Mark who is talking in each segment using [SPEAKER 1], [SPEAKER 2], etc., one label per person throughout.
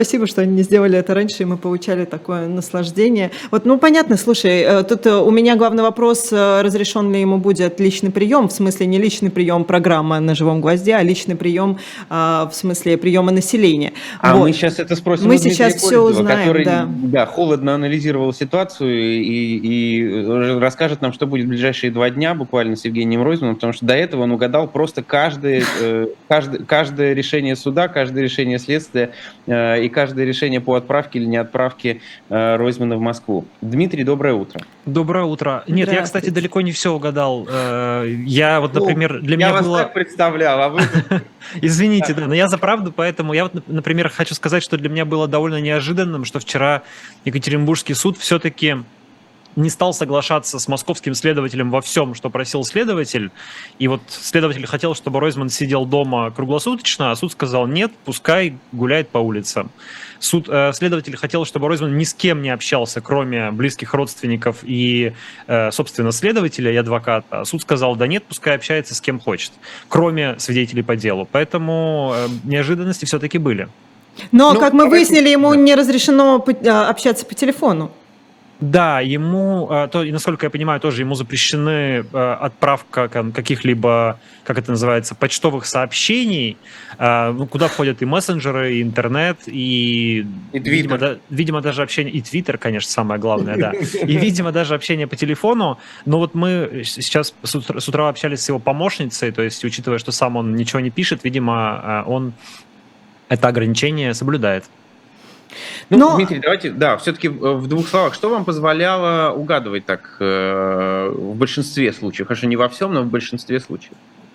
[SPEAKER 1] Спасибо, что они не сделали это раньше, и мы получали такое наслаждение. Вот, ну, понятно, слушай, тут у меня главный вопрос, разрешен ли ему будет личный прием, в смысле не личный прием программы «На живом гвозде», а личный прием, в смысле приема населения.
[SPEAKER 2] А мы
[SPEAKER 1] Вот.
[SPEAKER 2] сейчас это спросим
[SPEAKER 1] Мы
[SPEAKER 2] у Дмитрия
[SPEAKER 1] сейчас все
[SPEAKER 2] Козлова,
[SPEAKER 1] узнаем,
[SPEAKER 2] который,
[SPEAKER 1] да.
[SPEAKER 2] да, холодно анализировал ситуацию и расскажет нам, что будет в ближайшие 2 дня буквально с Евгением Ройзманом, потому что до этого он угадал просто каждое решение суда, каждое решение следствия и каждое решение по отправке или не отправке Ройзмана в Москву. Дмитрий, доброе утро.
[SPEAKER 3] Доброе утро. Нет, я, кстати, далеко не все угадал. Я вот, например, для меня
[SPEAKER 2] вас
[SPEAKER 3] было...
[SPEAKER 2] так представлял, а вы...
[SPEAKER 3] Извините, да, но я за правду, поэтому я вот, например, хочу сказать, что для меня было довольно неожиданным, что вчера Екатеринбургский суд все-таки не стал соглашаться с московским следователем во всем, что просил следователь. И вот следователь хотел, чтобы Ройзман сидел дома круглосуточно, а суд сказал нет, пускай гуляет по улицам. Следователь хотел, чтобы Ройзман ни с кем не общался, кроме близких родственников и, собственно, следователя и адвоката. А суд сказал, да нет, пускай общается с кем хочет, кроме свидетелей по делу. Поэтому неожиданности все-таки были.
[SPEAKER 1] Но, как мы выяснили, ему не разрешено общаться по телефону.
[SPEAKER 3] Да, ему, насколько я понимаю, тоже ему запрещены отправка каких-либо, как это называется, почтовых сообщений, куда входят и мессенджеры, и интернет, и видимо, даже общение, и Твиттер, конечно, самое главное, да, и, видимо, даже общение по телефону. Но вот мы сейчас с утра общались с его помощницей, то есть, учитывая, что сам он ничего не пишет, видимо, он это ограничение соблюдает.
[SPEAKER 2] Дмитрий, давайте, все-таки в 2 словах, что вам позволяло угадывать так в большинстве случаев? Хорошо, не во всем, но в большинстве случаев.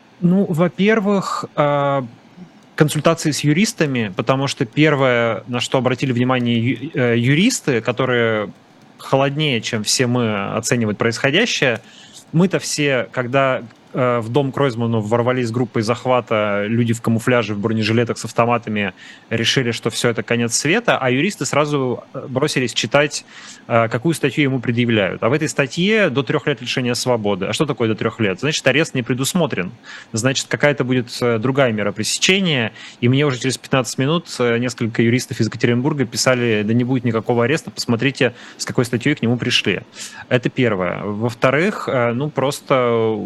[SPEAKER 3] Во-первых, консультации с юристами, потому что первое, на что обратили внимание юристы, которые холоднее, чем все мы, оценивают происходящее, мы-то все, когда в дом к Ройзману ворвались с группой захвата люди в камуфляже, в бронежилетах с автоматами, решили, что все это конец света, а юристы сразу бросились читать, какую статью ему предъявляют. А в этой статье до 3 лет лишения свободы. А что такое до 3 лет? Значит, арест не предусмотрен. Значит, какая-то будет другая мера пресечения. И мне уже через 15 минут несколько юристов из Екатеринбурга писали, да не будет никакого ареста, посмотрите, с какой статьей к нему пришли. Это первое. Во-вторых, просто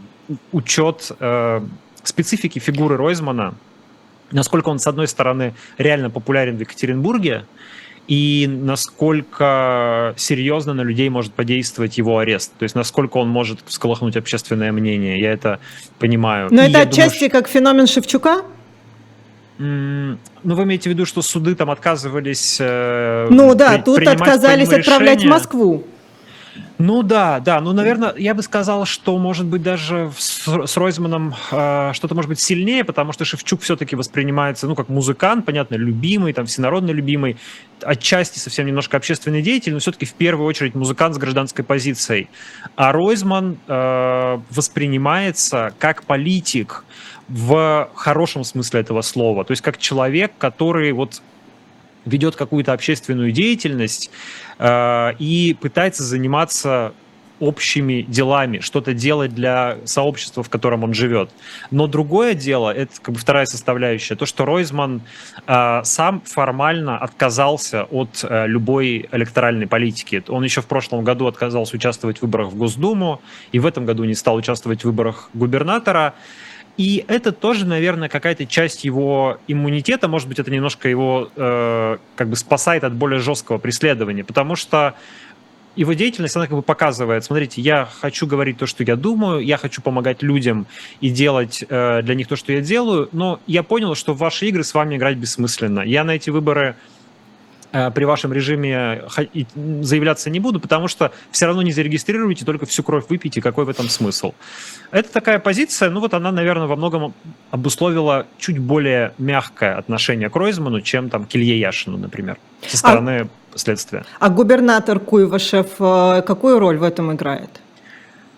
[SPEAKER 3] учет специфики фигуры Ройзмана, насколько он, с одной стороны, реально популярен в Екатеринбурге, и насколько серьезно на людей может подействовать его арест. То есть насколько он может всколыхнуть общественное мнение. Я это понимаю.
[SPEAKER 1] Но это отчасти как феномен Шевчука?
[SPEAKER 3] Вы имеете в виду, что суды там отказывались
[SPEAKER 1] тут отказались отправлять в Москву.
[SPEAKER 3] Наверное, я бы сказал, что, может быть, даже с Ройзманом что-то может быть сильнее, потому что Шевчук все-таки воспринимается, как музыкант, понятно, любимый, там, всенародно любимый, отчасти совсем немножко общественный деятель, но все-таки в первую очередь музыкант с гражданской позицией. А Ройзман воспринимается как политик в хорошем смысле этого слова, то есть как человек, который ведет какую-то общественную деятельность и пытается заниматься общими делами, что-то делать для сообщества, в котором он живет. Но другое дело, это вторая составляющая, то, что Ройзман сам формально отказался от любой электоральной политики. Он еще в прошлом году отказался участвовать в выборах в Госдуму, и в этом году не стал участвовать в выборах губернатора. И это тоже, наверное, какая-то часть его иммунитета, может быть, это немножко его спасает от более жесткого преследования, потому что его деятельность, она показывает, смотрите, я хочу говорить то, что я думаю, я хочу помогать людям и делать для них то, что я делаю, но я понял, что в ваши игры с вами играть бессмысленно. Я на эти выборы при вашем режиме заявляться не буду, потому что все равно не зарегистрируете, только всю кровь выпьете, какой в этом смысл? Это такая позиция, она, наверное, во многом обусловила чуть более мягкое отношение к Ройзману, чем к Илье Яшину, например, со стороны следствия.
[SPEAKER 1] А губернатор Куйвашев какую роль в этом играет?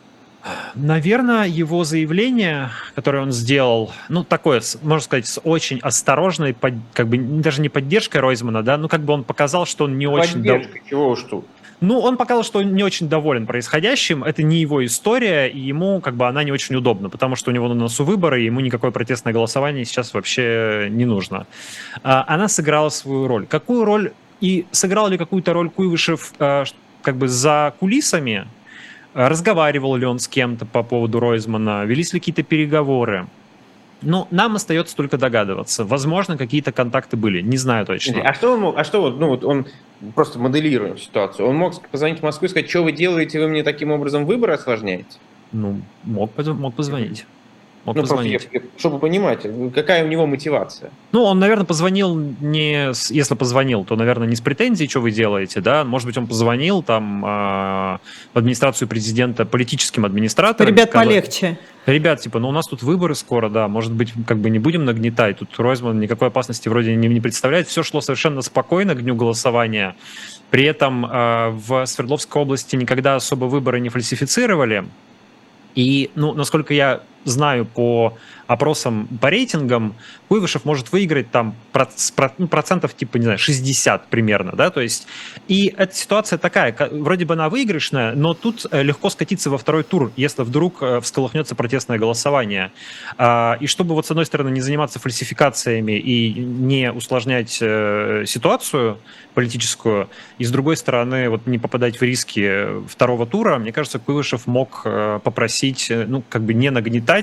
[SPEAKER 3] Наверное, его заявление, которое он сделал, ну, такое, можно сказать, с очень осторожной, как бы даже не поддержкой Ройзмана, да, ну, как бы он показал, что он не очень...
[SPEAKER 2] Поддержка, чего уж тут.
[SPEAKER 3] Ну, он показал, что он не очень доволен происходящим, это не его история, и ему как бы она не очень удобна, потому что у него на носу выборы, и ему никакое протестное голосование сейчас вообще не нужно. Она сыграла свою роль. Какую роль, и сыграл ли какую-то роль Куйвышев как бы за кулисами? Разговаривал ли он с кем-то по поводу Ройзмана? Велись ли какие-то переговоры? Ну, нам остается только догадываться. Возможно, какие-то контакты были. Не знаю точно.
[SPEAKER 2] А что он мог? Он просто моделируем ситуацию. Он мог позвонить в Москву и сказать, что вы делаете, вы мне таким образом выборы осложняете?
[SPEAKER 3] Ну, мог позвонить.
[SPEAKER 2] Чтобы понимать, какая у него мотивация.
[SPEAKER 3] Ну, он, наверное, позвонил если позвонил, то, наверное, не с претензией, что вы делаете, да, может быть, он позвонил там в администрацию президента политическим администраторам.
[SPEAKER 1] Ребят, полегче.
[SPEAKER 3] Ребят, типа, ну у нас тут выборы скоро, да, может быть, как бы не будем нагнетать, тут Ройзман никакой опасности вроде не представляет, все шло совершенно спокойно к дню голосования, при этом в Свердловской области никогда особо выборы не фальсифицировали, и, ну, насколько я знаю по опросам, по рейтингам, Куйвышев может выиграть там процентов типа, не знаю, 60 примерно, да, то есть, и эта ситуация такая, вроде бы она выигрышная, но тут легко скатиться во второй тур, если вдруг всколыхнется протестное голосование. И чтобы вот с одной стороны не заниматься фальсификациями и не усложнять ситуацию политическую, и с другой стороны вот не попадать в риски второго тура, мне кажется, Куйвышев мог попросить, ну, как бы не нагнетать,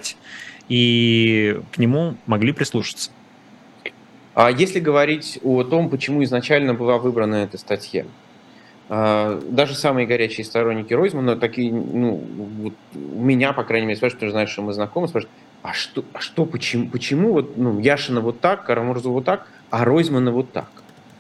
[SPEAKER 3] и к нему могли прислушаться.
[SPEAKER 2] А если говорить о том, почему изначально была выбрана эта статья, даже самые горячие сторонники Ройзмана, такие, ну, вот меня, по крайней мере, спрашивают, потому что знаешь, что мы знакомы, спрашивают, почему вот, ну, Яшина вот так, Карамурзу вот так, а Ройзмана вот так?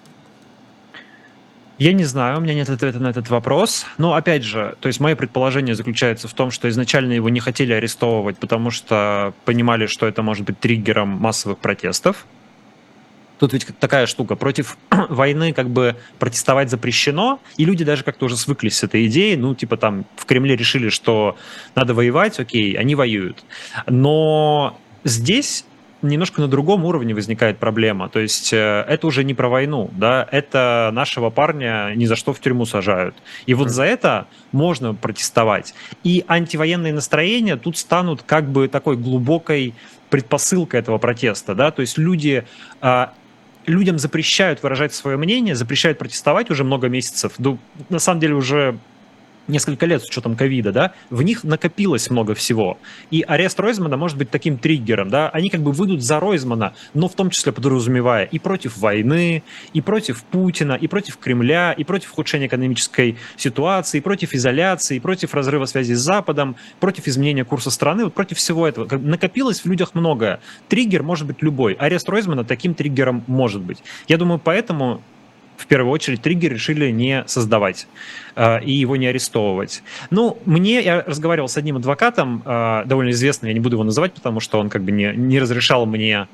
[SPEAKER 3] Я не знаю, у меня нет ответа на этот вопрос. Но, опять же, то есть мое предположение заключается в том, что изначально его не хотели арестовывать, потому что понимали, что это может быть триггером массовых протестов. Тут ведь такая штука, против войны как бы протестовать запрещено, и люди даже как-то уже свыклись с этой идеей, ну, типа там в Кремле решили, что надо воевать, окей, они воюют. Но здесь немножко на другом уровне возникает проблема. То есть это уже не про войну, да, это нашего парня ни за что в тюрьму сажают. И вот за это можно протестовать. И антивоенные настроения тут станут как бы такой глубокой предпосылкой этого протеста, да, то есть людям запрещают выражать свое мнение, запрещают протестовать уже много месяцев, на самом деле уже несколько лет с учетом ковида, да, в них накопилось много всего. И арест Ройзмана может быть таким триггером, да, они как бы выйдут за Ройзмана, но в том числе подразумевая и против войны, и против Путина, и против Кремля, и против ухудшения экономической ситуации, и против изоляции, и против разрыва связи с Западом, против изменения курса страны, вот против всего этого. Накопилось в людях многое. Триггер может быть любой. Арест Ройзмана таким триггером может быть. Я думаю, поэтому в первую очередь триггер решили не создавать и его не арестовывать. Ну, я разговаривал с одним адвокатом, довольно известным, я не буду его называть, потому что он как бы не разрешал мне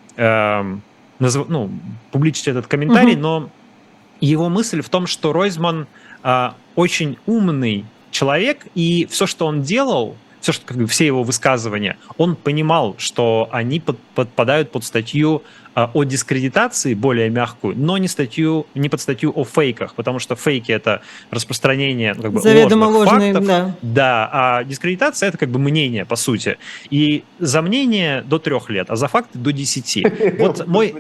[SPEAKER 3] публичить этот комментарий, но его мысль в том, что Ройзман очень умный человек, и все, что он делал, все его высказывания, он понимал, что они подпадают под статью о дискредитации, более мягкую, но не под статью о фейках, потому что фейки — это распространение как бы
[SPEAKER 1] заведомо
[SPEAKER 3] ложных
[SPEAKER 1] фактов.
[SPEAKER 3] Да. Да, а дискредитация — это как бы мнение, по сути. И за мнение до 3 лет, а за факты до 10. Вот мой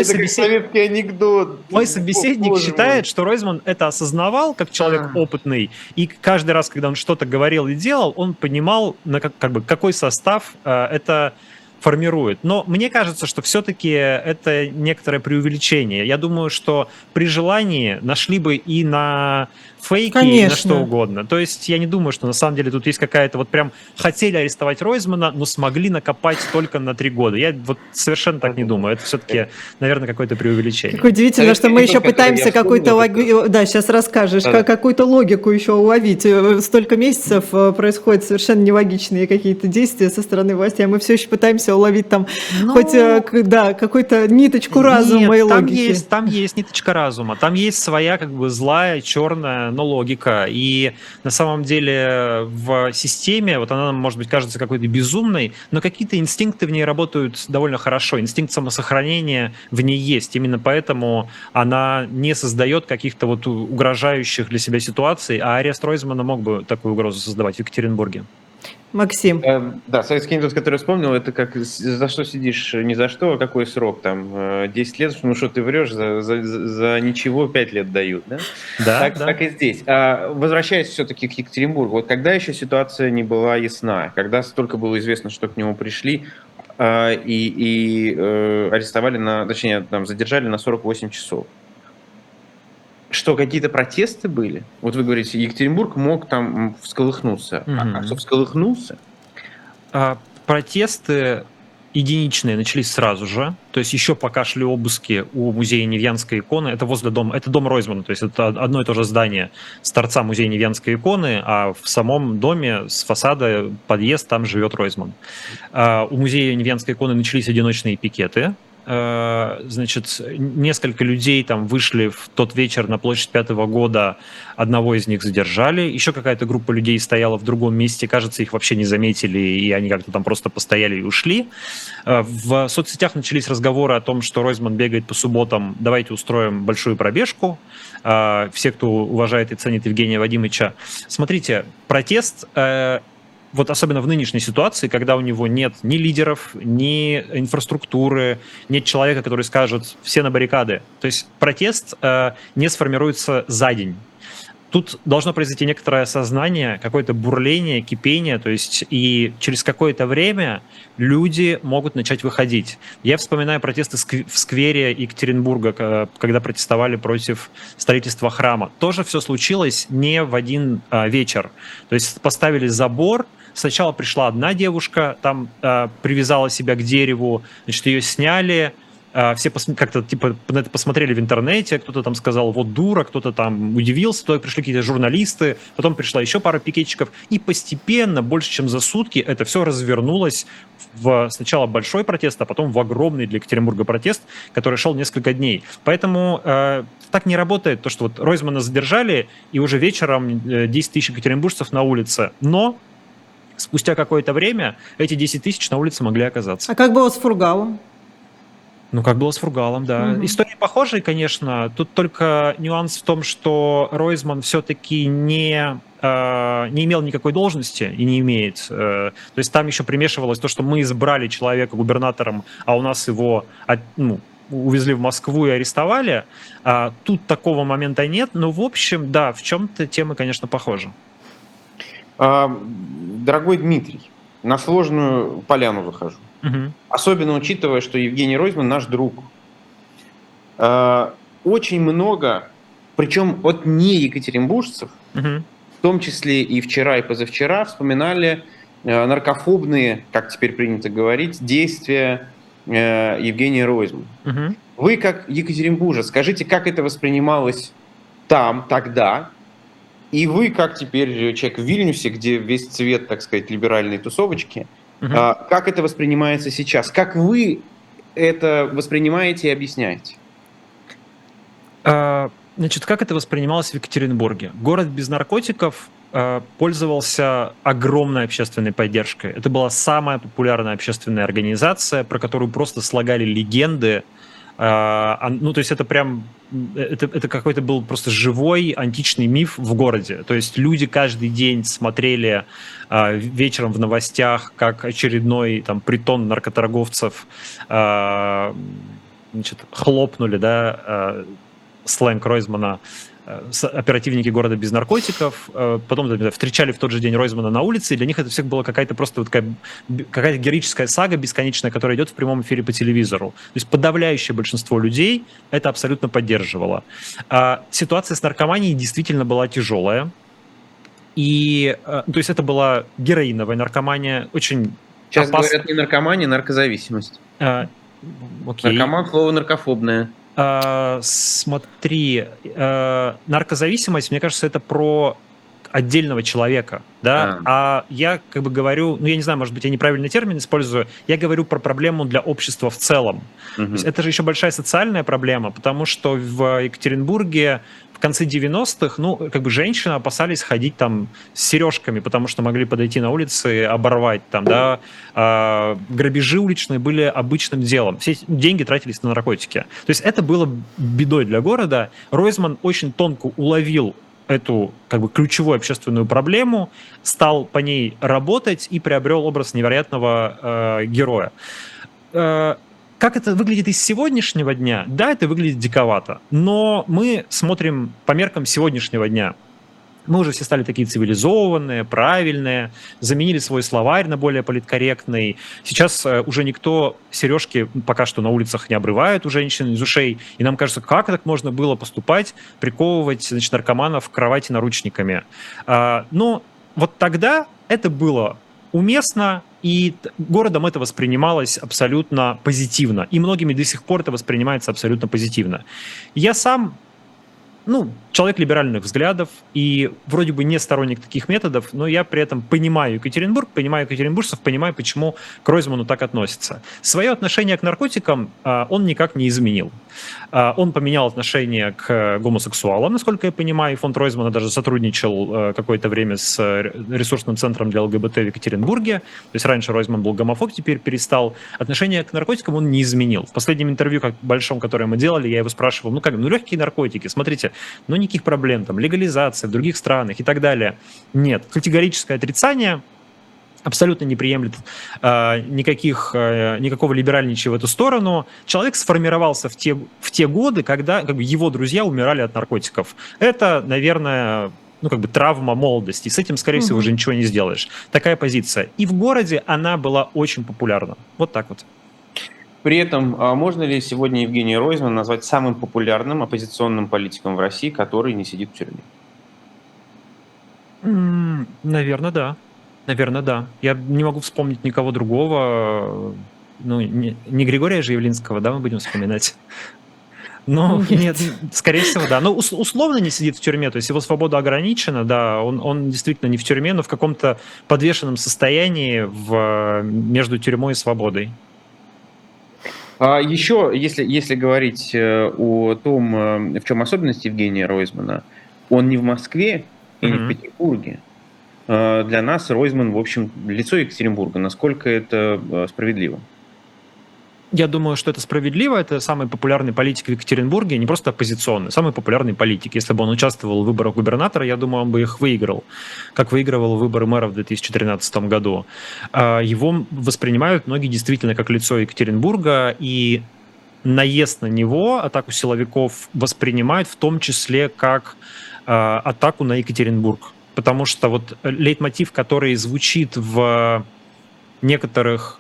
[SPEAKER 3] собеседник считает, что Ройзман это осознавал как человек опытный, и каждый раз, когда он что-то говорил и делал, он понимал, какой состав это формирует. Но мне кажется, что все-таки это некоторое преувеличение. Я думаю, что при желании нашли бы и на фейки, и на что угодно. То есть я не думаю, что на самом деле тут есть какая-то вот прям хотели арестовать Ройзмана, но смогли накопать только на 3 года. Я вот совершенно так не думаю. Это все-таки, наверное, какое-то преувеличение.
[SPEAKER 1] Как удивительно, что мы еще пытаемся какую-то логику... Да, сейчас расскажешь, какую-то логику еще уловить. Столько месяцев происходят совершенно нелогичные какие-то действия со стороны власти, а мы все еще пытаемся пытаешься уловить там
[SPEAKER 3] Ну,
[SPEAKER 1] хоть да, какую-то ниточку разума и
[SPEAKER 3] Нет,
[SPEAKER 1] логики.
[SPEAKER 3] там есть ниточка разума, там есть своя как бы злая, черная, но логика. И на самом деле в системе, вот она нам, может быть, кажется какой-то безумной, но какие-то инстинкты в ней работают довольно хорошо. Инстинкт самосохранения в ней есть. Именно поэтому она не создает каких-то вот угрожающих для себя ситуаций, а арест Ройзмана мог бы такую угрозу создавать в Екатеринбурге.
[SPEAKER 1] Максим.
[SPEAKER 2] Да, советский анекдот, который я вспомнил, это как за что сидишь, не за что, а какой срок там, 10 лет, ну что ты врешь, за ничего 5 лет дают, да?
[SPEAKER 3] Да,
[SPEAKER 2] Так и здесь. Возвращаясь все-таки к Екатеринбургу, вот когда еще ситуация не была ясна, когда столько было известно, что к нему пришли и арестовали, точнее, там, задержали на 48 часов. Что, какие-то протесты были? Вот вы говорите, Екатеринбург мог там всколыхнуться. А что, всколыхнулся?
[SPEAKER 3] Протесты единичные начались сразу же. То есть еще пока шли обыски у музея Невьянской иконы, это возле дома, это дом Ройзмана, то есть это одно и то же здание с торца музея Невьянской иконы, а в самом доме с фасада подъезд, там живет Ройзман. У музея Невьянской иконы начались одиночные пикеты. Значит, несколько людей там вышли в тот вечер на площадь 5-го года, одного из них задержали, еще какая-то группа людей стояла в другом месте, кажется, их вообще не заметили, и они как-то там просто постояли и ушли. В соцсетях начались разговоры о том, что Ройзман бегает по субботам, давайте устроим большую пробежку. Все, кто уважает и ценит Евгения Вадимовича. Смотрите, протест... Вот особенно в нынешней ситуации, когда у него нет ни лидеров, ни инфраструктуры, нет человека, который скажет «все на баррикады». То есть протест не сформируется за день. Тут должно произойти некоторое осознание, какое-то бурление, кипение, то есть и через какое-то время люди могут начать выходить. Я вспоминаю протесты в сквере Екатеринбурга, когда протестовали против строительства храма. Тоже все случилось не в один вечер. То есть поставили забор. Сначала пришла одна девушка, там привязала себя к дереву, значит, ее сняли, все как-то типа на это посмотрели в интернете, кто-то там сказал вот дура, кто-то там удивился, туда пришли какие-то журналисты, потом пришла еще пара пикетчиков, и постепенно, больше чем за сутки, это все развернулось в сначала большой протест, а потом в огромный для Екатеринбурга протест, который шел несколько дней. Поэтому так не работает то, что вот Ройзмана задержали, и уже вечером 10 тысяч екатеринбуржцев на улице, но спустя какое-то время эти 10 тысяч на улице могли оказаться.
[SPEAKER 1] А как было с Фургалом?
[SPEAKER 3] Ну, как было с Фургалом, да. Истории похожие, конечно. Тут только нюанс в том, что Ройзман все-таки не имел никакой должности и не имеет. То есть там еще примешивалось то, что мы избрали человека губернатором, а у нас его увезли в Москву и арестовали. Тут такого момента нет, но в общем, да, в чем-то темы, конечно, похожи.
[SPEAKER 2] Дорогой Дмитрий, на сложную поляну выхожу. Особенно учитывая, что Евгений Ройзман наш друг. Очень много, причем от не екатеринбуржцев, в том числе и вчера, и позавчера, вспоминали наркофобные, как теперь принято говорить, действия Евгения Ройзмана. Вы, как екатеринбуржец, скажите, как это воспринималось там, тогда, и вы, как теперь человек в Вильнюсе, где весь цвет, так сказать, либеральной тусовочки, как это воспринимается сейчас? Как вы это воспринимаете и объясняете?
[SPEAKER 3] Значит, как это воспринималось в Екатеринбурге? Город без наркотиков пользовался огромной общественной поддержкой. Это была самая популярная общественная организация, про которую просто слагали легенды. Ну, то есть это прям, это какой-то был просто живой античный миф в городе. То есть люди каждый день смотрели вечером в новостях, как очередной там притон наркоторговцев значит, хлопнули, да, сленг Ройзмана, оперативники города без наркотиков, потом встречали в тот же день Ройзмана на улице, и для них это всех была какая-то просто вот какая-то героическая сага бесконечная, которая идет в прямом эфире по телевизору. То есть подавляющее большинство людей это абсолютно поддерживало. Ситуация с наркоманией действительно была тяжелая, и то есть это была героиновая наркомания, очень
[SPEAKER 2] Сейчас
[SPEAKER 3] опасная.
[SPEAKER 2] говорят не наркомания, наркозависимость.
[SPEAKER 3] Окей.
[SPEAKER 2] Наркоман — слово наркофобное.
[SPEAKER 3] Смотри, наркозависимость, мне кажется, это про отдельного человека, да, а я как бы говорю, ну, я не знаю, может быть, я неправильный термин использую, я говорю про проблему для общества в целом. То есть это же еще большая социальная проблема, потому что в Екатеринбурге в конце 90-х, ну, как бы женщины опасались ходить там с сережками, потому что могли подойти на улице и оборвать там, да, грабежи уличные были обычным делом, все эти деньги тратились на наркотики. То есть это было бедой для города. Ройзман очень тонко уловил эту как бы ключевую общественную проблему, стал по ней работать и приобрел образ невероятного героя. Как это выглядит из сегодняшнего дня? Да, это выглядит диковато, но мы смотрим по меркам сегодняшнего дня. Мы уже все стали такие цивилизованные, правильные, заменили свой словарь на более политкорректный. Сейчас уже никто сережки пока что на улицах не обрывает у женщин из ушей. И нам кажется, как так можно было поступать, приковывать, значит, наркоманов к кровати наручниками. Но вот тогда это было уместно, и городом это воспринималось абсолютно позитивно. И многими до сих пор это воспринимается абсолютно позитивно. Я сам, человек либеральных взглядов и вроде бы не сторонник таких методов, но я при этом понимаю Екатеринбург, понимаю екатеринбуржцев, понимаю, почему к Ройзману так относятся. Свое отношение к наркотикам он никак не изменил. Он поменял отношение к гомосексуалам, насколько я понимаю, и фонд Ройзмана даже сотрудничал какое-то время с ресурсным центром для ЛГБТ в Екатеринбурге. То есть раньше Ройзман был гомофоб, теперь перестал. Отношение к наркотикам он не изменил. В последнем интервью, большом, которое мы делали, я его спрашивал, легкие наркотики, смотрите, никаких проблем, там, легализация в других странах и так далее. Нет, категорическое отрицание, абсолютно не приемлет никакого либеральничия в эту сторону. Человек сформировался в те годы, когда его друзья умирали от наркотиков. Это, наверное, травма молодости. С этим, скорее всего, уже ничего не сделаешь. Такая позиция. И в городе она была очень популярна. Вот так вот.
[SPEAKER 2] При этом можно ли сегодня Евгения Ройзмана назвать самым популярным оппозиционным политиком в России, который не сидит в тюрьме?
[SPEAKER 3] Наверное, да. Я не могу вспомнить никого другого. Не Григория же Явлинского, да, мы будем вспоминать? Нет, скорее всего, да. Но условно не сидит в тюрьме, то есть его свобода ограничена, да, он действительно не в тюрьме, но в каком-то подвешенном состоянии между тюрьмой и свободой.
[SPEAKER 2] Еще, если говорить о том, в чем особенность Евгения Ройзмана, он не в Москве и не в Петербурге. Для нас Ройзман, в общем, лицо Екатеринбурга. Насколько это справедливо?
[SPEAKER 3] Я думаю, что это справедливо. Это самый популярный политик в Екатеринбурге, не просто оппозиционный, самый популярный политик. Если бы он участвовал в выборах губернатора, я думаю, он бы их выиграл, как выигрывал выборы мэра в 2013 году. Его воспринимают многие действительно как лицо Екатеринбурга, и наезд на него, атаку силовиков, воспринимают в том числе как атаку на Екатеринбург. Потому что вот лейтмотив, который звучит в некоторых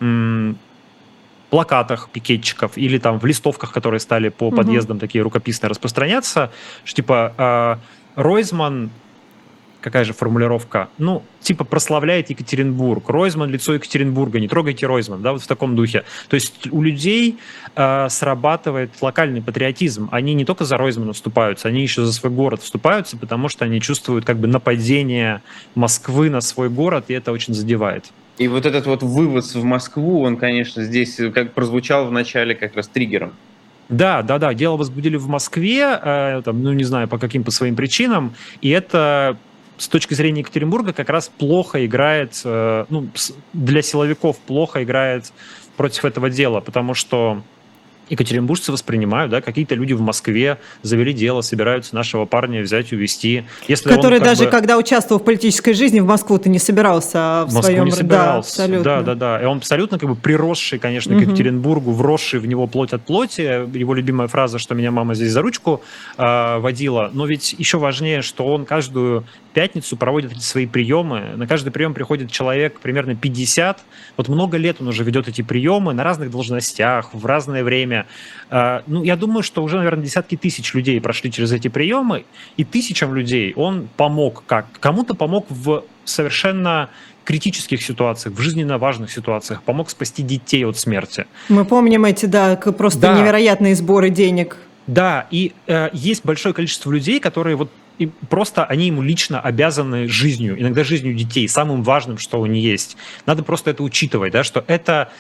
[SPEAKER 3] плакатах пикетчиков или там в листовках, которые стали по подъездам такие рукописные распространяться, что типа Ройзман, какая же формулировка, прославляет Екатеринбург, Ройзман лицо Екатеринбурга, не трогайте Ройзман, да, вот в таком духе. То есть у людей срабатывает локальный патриотизм, они не только за Ройзмана вступаются, они еще за свой город вступаются, потому что они чувствуют нападение Москвы на свой город, и это очень задевает.
[SPEAKER 2] И вот этот вот вывоз в Москву, он, конечно, здесь как прозвучал в начале как раз триггером.
[SPEAKER 3] Да, дело возбудили в Москве, не знаю, по каким своим причинам, и это с точки зрения Екатеринбурга как раз плохо играет, для силовиков плохо играет против этого дела, потому что екатеринбуржцы воспринимают, да, какие-то люди в Москве завели дело, собираются нашего парня взять, увезти.
[SPEAKER 1] Который даже когда участвовал в политической жизни, в Москву ты не собирался в своем...
[SPEAKER 3] Не собирался. Да, абсолютно. И он абсолютно приросший, конечно, к Екатеринбургу, вросший в него плоть от плоти. Его любимая фраза, что меня мама здесь за ручку водила. Но ведь еще важнее, что он каждую пятницу проводит эти свои приемы. На каждый прием приходит человек примерно 50. Вот много лет он уже ведет эти приемы на разных должностях, в разное время. Я думаю, что уже, наверное, десятки тысяч людей прошли через эти приемы, и тысячам людей он помог кому-то помог в совершенно критических ситуациях, в жизненно важных ситуациях, помог спасти детей от смерти.
[SPEAKER 1] Мы помним эти, невероятные сборы денег.
[SPEAKER 3] Да, и есть большое количество людей, которые и просто они ему лично обязаны жизнью, иногда жизнью детей, самым важным, что у них есть. Надо просто это учитывать, да, что это,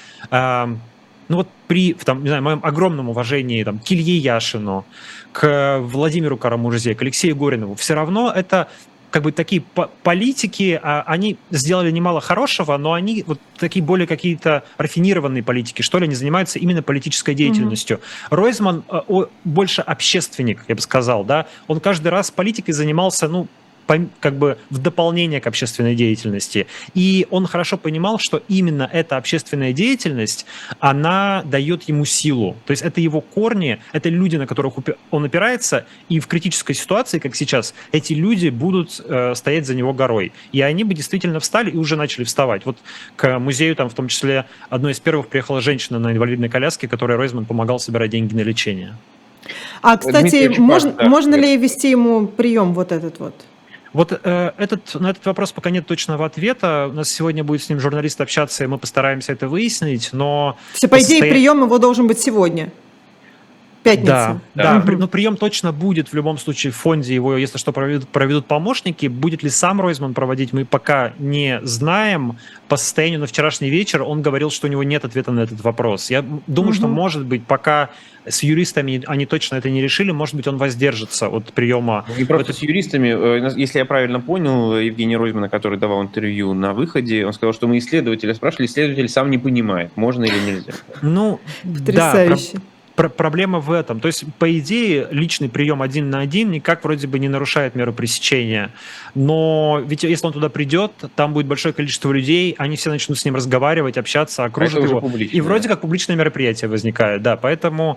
[SPEAKER 3] ну вот при, там, не знаю, моем огромном уважении там, к Илье Яшину, к Владимиру Карамурзе, к Алексею Горинову, все равно это как бы такие политики, они сделали немало хорошего, но они вот такие более какие-то рафинированные политики, что ли, они занимаются именно политической деятельностью. Ройзман больше общественник, я бы сказал, да, он каждый раз политикой занимался, ну, как бы в дополнение к общественной деятельности. И он хорошо понимал, что именно эта общественная деятельность, она дает ему силу. То есть это его корни, это люди, на которых он опирается, и в критической ситуации, как сейчас, эти люди будут стоять за него горой. И они бы действительно встали и уже начали вставать. Вот к музею, там, в том числе, одной из первых приехала женщина на инвалидной коляске, которой Ройзман помогал собирать деньги на лечение.
[SPEAKER 1] А, кстати, можно ли ввести ему прием вот этот вот?
[SPEAKER 3] Вот на этот вопрос пока нет точного ответа. У нас сегодня будет с ним журналист общаться, и мы постараемся это выяснить, но...
[SPEAKER 1] По идее, прием его должен быть сегодня. Пятница.
[SPEAKER 3] Да. Но прием точно будет в любом случае в фонде. Его, если что, проведут помощники. Будет ли сам Ройзман проводить, мы пока не знаем. По состоянию на вчерашний вечер он говорил, что у него нет ответа на этот вопрос. Я думаю, что, может быть, пока с юристами они точно это не решили, может быть, он воздержится от приема.
[SPEAKER 2] Не просто с юристами. Если я правильно понял, Евгения Ройзмана, который давал интервью на выходе, он сказал, что мы исследователя спрашивали, исследователь сам не понимает, можно или нельзя.
[SPEAKER 3] Ну,
[SPEAKER 1] потрясающе.
[SPEAKER 3] Да, проблема в этом. То есть, по идее, личный прием 1 на 1 никак вроде бы не нарушает меру пресечения. Но ведь если он туда придет, там будет большое количество людей, они все начнут с ним разговаривать, общаться, окружат его. И вроде как публичное мероприятие возникает. Да, поэтому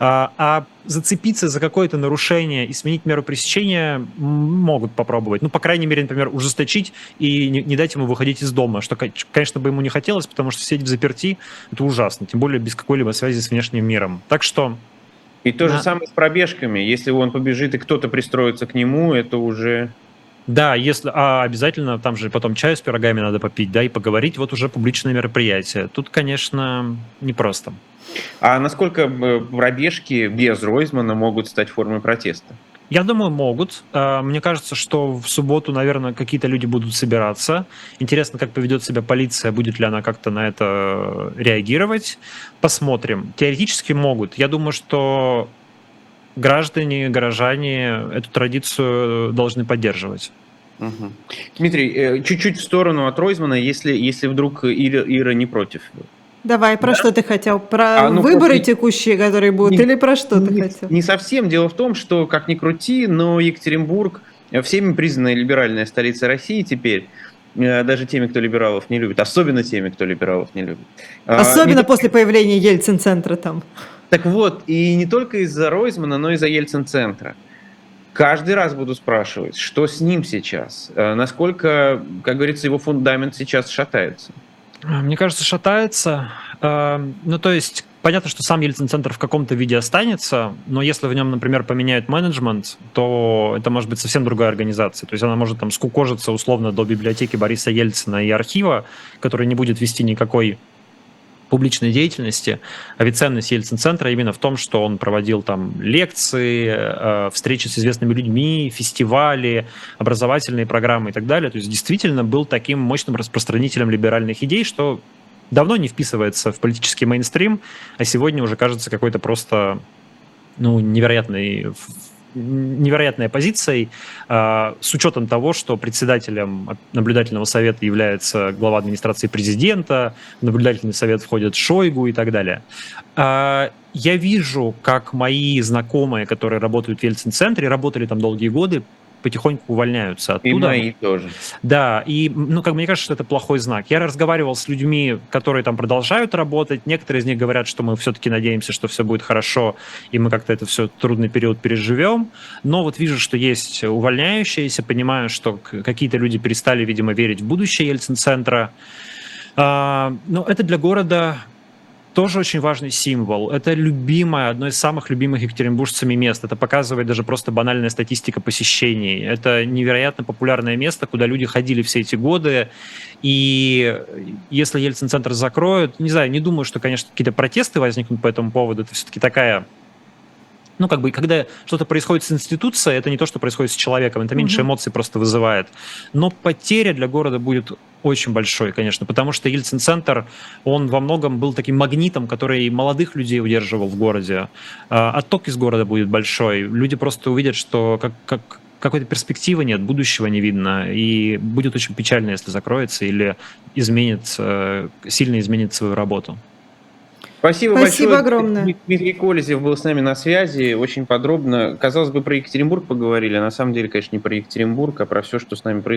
[SPEAKER 3] зацепиться за какое-то нарушение и сменить меру пресечения могут попробовать. Ну, по крайней мере, например, ужесточить и не дать ему выходить из дома, что, конечно, бы ему не хотелось, потому что сидеть взаперти – это ужасно, тем более без какой-либо связи с внешним миром. Так что...
[SPEAKER 2] И то же самое с пробежками. Если он побежит и кто-то пристроится к нему, это уже...
[SPEAKER 3] Да, если обязательно там же потом чаю с пирогами надо попить, да, и поговорить, вот уже публичное мероприятие. Тут, конечно, непросто.
[SPEAKER 2] А насколько пробежки без Ройзмана могут стать формой протеста?
[SPEAKER 3] Я думаю, могут. Мне кажется, что в субботу, наверное, какие-то люди будут собираться. Интересно, как поведет себя полиция, будет ли она как-то на это реагировать. Посмотрим. Теоретически могут. Я думаю, что граждане, горожане эту традицию должны поддерживать.
[SPEAKER 2] Угу. Дмитрий, чуть-чуть в сторону от Ройзмана, если вдруг Ира не против.
[SPEAKER 1] Давай, про что ты хотел? Про выборы текущие, которые будут, или про что ты хотел?
[SPEAKER 2] Не совсем. Дело в том, что, как ни крути, но Екатеринбург, всеми признанная либеральная столица России теперь, даже теми, кто либералов не любит, особенно теми, кто либералов не любит.
[SPEAKER 1] Особенно после появления Ельцин-центра там.
[SPEAKER 2] Так вот, и не только из-за Ройзмана, но и из-за Ельцин-центра. Каждый раз буду спрашивать, что с ним сейчас, насколько, как говорится, его фундамент сейчас шатается.
[SPEAKER 3] Мне кажется, шатается. Ну, то есть, понятно, что сам Ельцин-центр в каком-то виде останется, но если в нем, например, поменяют менеджмент, то это может быть совсем другая организация. То есть она может там скукожиться условно до библиотеки Бориса Ельцина и архива, который не будет вести никакой публичной деятельности. А ведь ценность Ельцин-центра именно в том, что он проводил там лекции, встречи с известными людьми, фестивали, образовательные программы и так далее. То есть действительно был таким мощным распространителем либеральных идей, что давно не вписывается в политический мейнстрим, а сегодня уже кажется какой-то просто невероятной позицией, с учетом того, что председателем наблюдательного совета является глава администрации президента, в наблюдательный совет входят Шойгу и так далее. Я вижу, как мои знакомые, которые работают в Ельцин-центре, работали там долгие годы, потихоньку увольняются оттуда.
[SPEAKER 2] И мои тоже.
[SPEAKER 3] Да, и мне кажется, что это плохой знак. Я разговаривал с людьми, которые там продолжают работать. Некоторые из них говорят, что мы все-таки надеемся, что все будет хорошо, и мы как-то это все трудный период переживем. Но вот вижу, что есть увольняющиеся, понимаю, что какие-то люди перестали, видимо, верить в будущее Ельцин-центра. Но это для города тоже очень важный символ. Это одно из самых любимых екатеринбуржцами мест. Это показывает даже просто банальная статистика посещений. Это невероятно популярное место, куда люди ходили все эти годы. И если Ельцин-центр закроют, не знаю, не думаю, что, конечно, какие-то протесты возникнут по этому поводу. Это все-таки такая Ну, как бы, когда что-то происходит с институцией, это не то, что происходит с человеком, это меньше эмоций просто вызывает. Но потеря для города будет очень большой, конечно, потому что Ельцин-центр, он во многом был таким магнитом, который молодых людей удерживал в городе. Отток из города будет большой. Люди просто увидят, что какой-то перспективы нет, будущего не видно, и будет очень печально, если закроется или сильно изменит свою работу.
[SPEAKER 2] Спасибо
[SPEAKER 1] Спасибо
[SPEAKER 2] большое.
[SPEAKER 1] огромное.
[SPEAKER 2] Дмитрий Колезев был с нами на связи, очень подробно. Казалось бы, про Екатеринбург поговорили, а на самом деле, конечно, не про Екатеринбург, а про все, что с нами происходит.